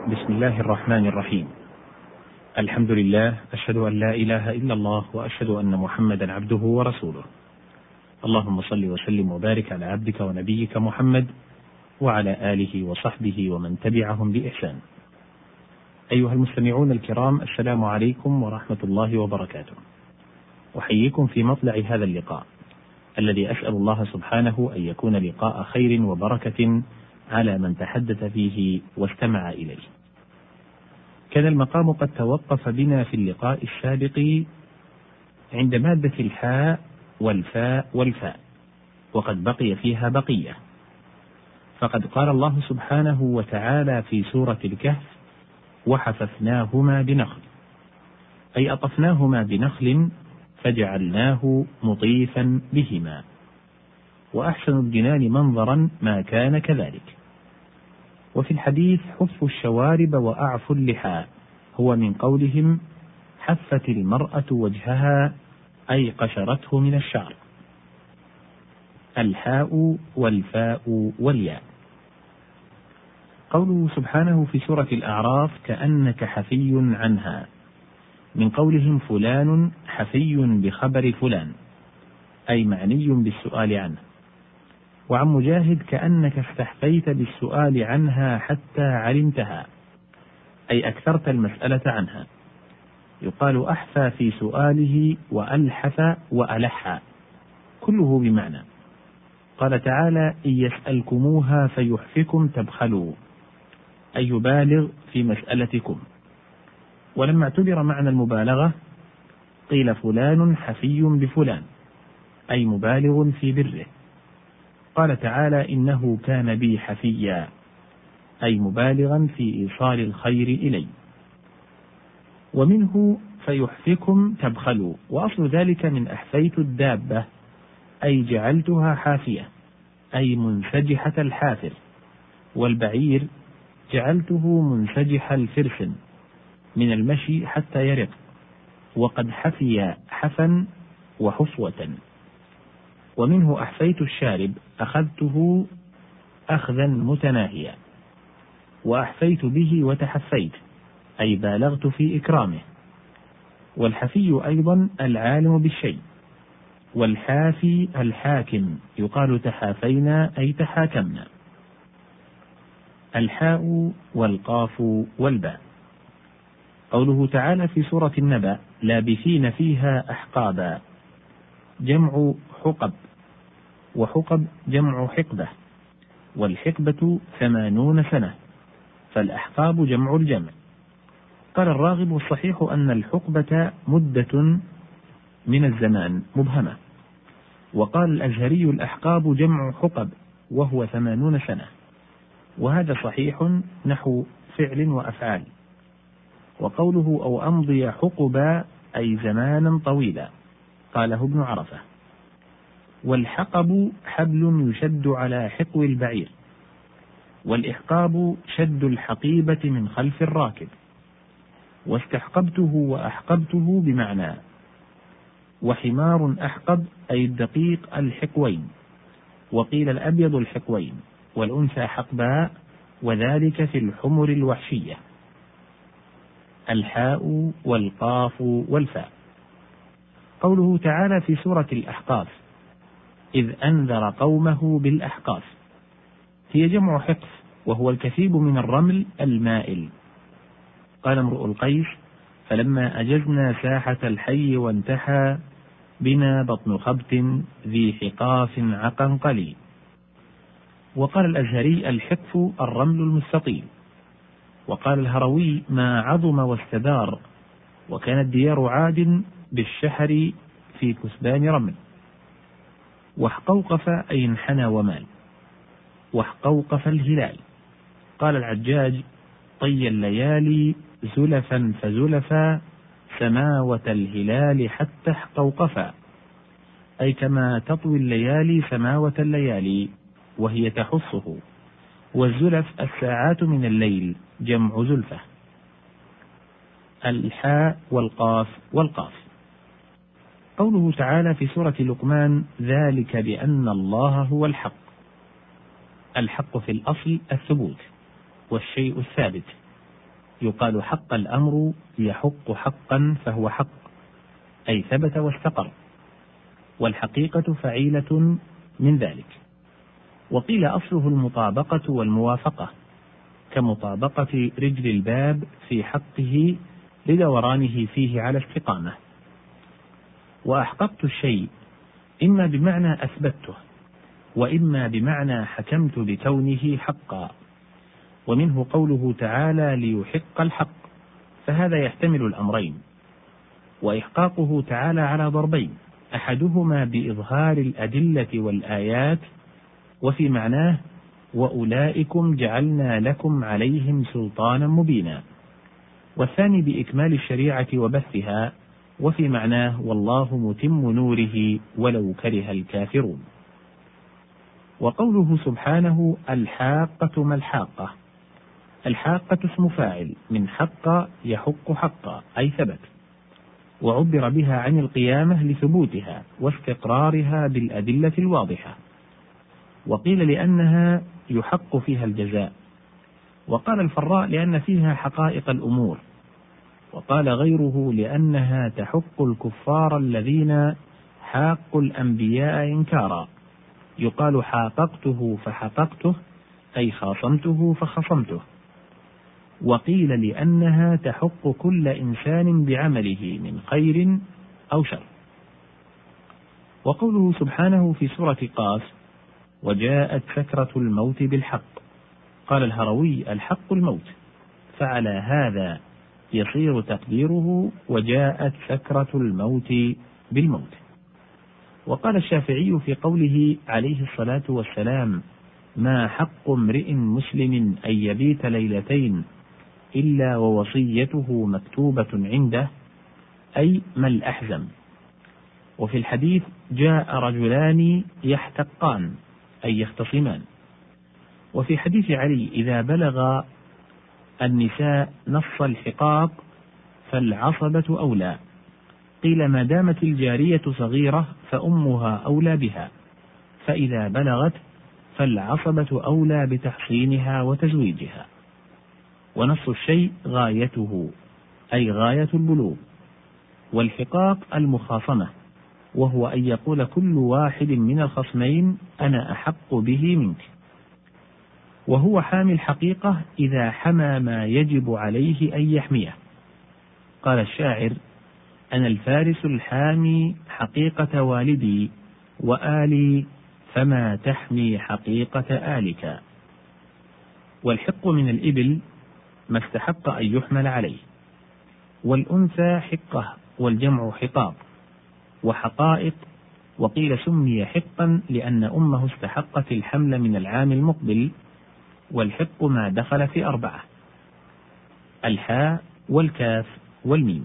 بسم الله الرحمن الرحيم. الحمد لله، أشهد أن لا إله إلا الله، وأشهد أن محمدا عبده ورسوله. اللهم صل وسلم وبارك على عبدك ونبيك محمد وعلى آله وصحبه ومن تبعهم بإحسان. أيها المستمعون الكرام، السلام عليكم ورحمة الله وبركاته. أحييكم في مطلع هذا اللقاء الذي أسأل الله سبحانه أن يكون لقاء خير وبركة على من تحدث فيه واستمع إليه. كان المقام قد توقف بنا في اللقاء السابق عند مادة الحاء والفاء والفاء، وقد بقي فيها بقية. فقد قال الله سبحانه وتعالى في سورة الكهف: وحففناهما بنخل، أي أطفناهما بنخل فجعلناه مطيفا بهما، وأحسن الجنان منظرا ما كان كذلك. وفي الحديث: حف الشوارب وأعف اللحى، هو من قولهم حفت المرأة وجهها، أي قشرته من الشعر. الحاء والفاء والياء. قوله سبحانه في سورة الأعراف: كأنك حفي عنها، من قولهم فلان حفي بخبر فلان، أي معني بالسؤال عنه. وعن مجاهد: كأنك استحفيت بالسؤال عنها حتى علمتها، أي أكثرت المسألة عنها. يقال أحفى في سؤاله وألحف وألح، كله بمعنى. قال تعالى: إن يسألكموها فيحفكم تبخلوا، أي يبالغ في مسألتكم. ولما اعتبر معنى المبالغة قيل فلان حفي بفلان، أي مبالغ في بره. قال تعالى: إنه كان بي حفيا، أي مبالغا في إيصال الخير إلي. ومنه فيحفكم تبخلوا، وأصل ذلك من أحفيت الدابة، أي جعلتها حافية، أي منسجحة الحافر. والبعير جعلته منسجح الفرسن من المشي حتى يرق، وقد حفي حفا وحصوة. ومنه أحفيت الشارب، أخذته أخذا متناهيا. وأحفيت به وتحفيت، أي بالغت في إكرامه. والحفي أيضا العالم بالشيء. والحافي الحاكم، يقال تحافينا أي تحاكمنا. الحاء والقاف والباء. قوله تعالى في سورة النبأ: لابثين فيها أحقابا، جمع حقب، وحقب جمع حقبة، والحقبة 80 سنة، فالأحقاب جمع الجمع. قال الراغب: والصحيح أن الحقبة مدة من الزمان مبهمة. وقال الأزهري: الأحقاب جمع حقب، وهو 80 سنة، وهذا صحيح نحو فعل وأفعال. وقوله: أو أمضي حقبا، أي زمانا طويلا، قاله ابن عرفة. والحقب حبل يشد على حقو البعير، والإحقاب شد الحقيبة من خلف الراكب. واستحقبته وأحقبته بمعنى. وحمار أحقب، أي الدقيق الحقوين، وقيل الأبيض الحقوين، والأنثى حقباء، وذلك في الحمر الوحشية. الحاء والقاف والفاء. قوله تعالى في سورة الأحقاف: إذ أنذر قومه بالأحقاف، هي جمع حقف، وهو الكثيب من الرمل المائل. قال امرؤ القيس: فلما أجزنا ساحة الحي وانتحى بنا بطن خبت ذي حقاف عقنقلي. وقال الأزهري: الحقف الرمل المستطيل. وقال الهروي: ما عظم واستدار، وكانت ديار عاد بالشحر في كثبان رمل. واحقوقف، أي انحنى ومال. واحقوقف الهلال. قال العجاج: طي الليالي زلفا فزلفا، سماوة الهلال حتى احقوقفا، أي كما تطوي الليالي سماوة الليالي، وهي تحصه. والزلف الساعات من الليل، جمع زلفة. الحاء والقاف والقاف. قوله تعالى في سورة لقمان: ذلك بأن الله هو الحق. الحق في الأصل الثبوت والشيء الثابت، يقال حق الأمر يحق حقا فهو حق، أي ثبت واستقر، والحقيقة فعيلة من ذلك. وقيل أصله المطابقة والموافقة، كمطابقة رجل الباب في حقه لدورانه فيه على استقامة. وأحققت الشيء إما بمعنى أثبته، وإما بمعنى حكمت بكونه حقا، ومنه قوله تعالى ليحق الحق، فهذا يحتمل الأمرين. وإحقاقه تعالى على ضربين، أحدهما بإظهار الأدلة والآيات، وفي معناه وأولئكم جعلنا لكم عليهم سلطانا مبينا، والثاني بإكمال الشريعة وبثها، وفي معناه والله متم نوره ولو كره الكافرون. وقوله سبحانه الحاقة ما الحاقة، الحاقة اسم فاعل من حق يحق حقا، أي ثبت، وعبر بها عن القيامة لثبوتها واستقرارها بالأدلة الواضحة. وقيل لأنها يحق فيها الجزاء، وقال الفراء لأن فيها حقائق الأمور، وقال غيره لأنها تحق الكفار الذين حاقوا الأنبياء إنكارا، يقال حاققته فحققته، أي خاصمته فخصمته. وقيل لأنها تحق كل إنسان بعمله من خير أو شر. وقوله سبحانه في سورة قاف وجاءت سكرة الموت بالحق، قال الهروي الحق الموت، فعلى هذا يصير تقديره وجاءت سكرة الموت بالموت. وقال الشافعي في قوله عليه الصلاة والسلام ما حق امرئ مسلم أن يبيت ليلتين إلا ووصيته مكتوبة عنده، أي ما الأحزم. وفي الحديث جاء رجلان يحتقان، أي يختصمان. وفي حديث علي إذا بلغ النساء نص الحقاق فالعصبة أولى، قيل ما دامت الجارية صغيرة فأمها أولى بها، فإذا بلغت فالعصبة أولى بتحصينها وتزويجها. ونص الشيء غايته، أي غاية البلوغ. والحقاق المخاصمة، وهو أن يقول كل واحد من الخصمين أنا أحق به منك، وهو حامي الحقيقة إذا حمى ما يجب عليه أن يحميه. قال الشاعر أنا الفارس الحامي حقيقة والدي وآلي، فما تحمي حقيقة آلك. والحق من الإبل ما استحق أن يحمل عليه، والأنثى حقة والجمع حقاق وحقائق. وقيل سمي حقا لأن أمه استحقت الحمل من العام المقبل. والحق ما دخل في 4، الحاء والكاف والميم.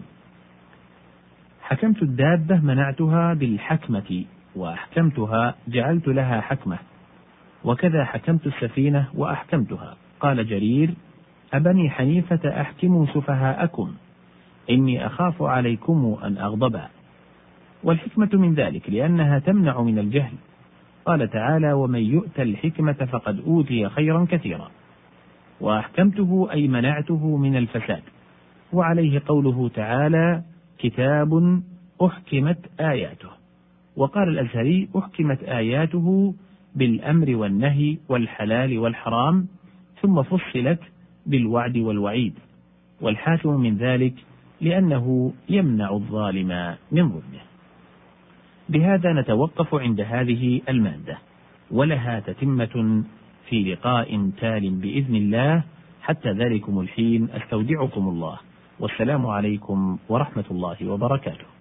حكمت الدابة منعتها بالحكمة، وأحكمتها جعلت لها حكمة، وكذا حكمت السفينة وأحكمتها. قال جرير أبني حنيفة أحكموا سفهاءكم إني أخاف عليكم أن أغضبا. والحكمة من ذلك لأنها تمنع من الجهل. قال تعالى ومن يؤت الحكمة فقد أوتي خيرا كثيرا. وأحكمته أي منعته من الفساد. وعليه قوله تعالى كتاب أحكمت آياته. وقال الأزهري أحكمت آياته بالأمر والنهي والحلال والحرام، ثم فصلت بالوعد والوعيد. والحاكم من ذلك لأنه يمنع الظالم من ظلمه. بهذا نتوقف عند هذه المادة، ولها تتمة في لقاء تال بإذن الله. حتى ذلكم الحين أستودعكم الله، والسلام عليكم ورحمة الله وبركاته.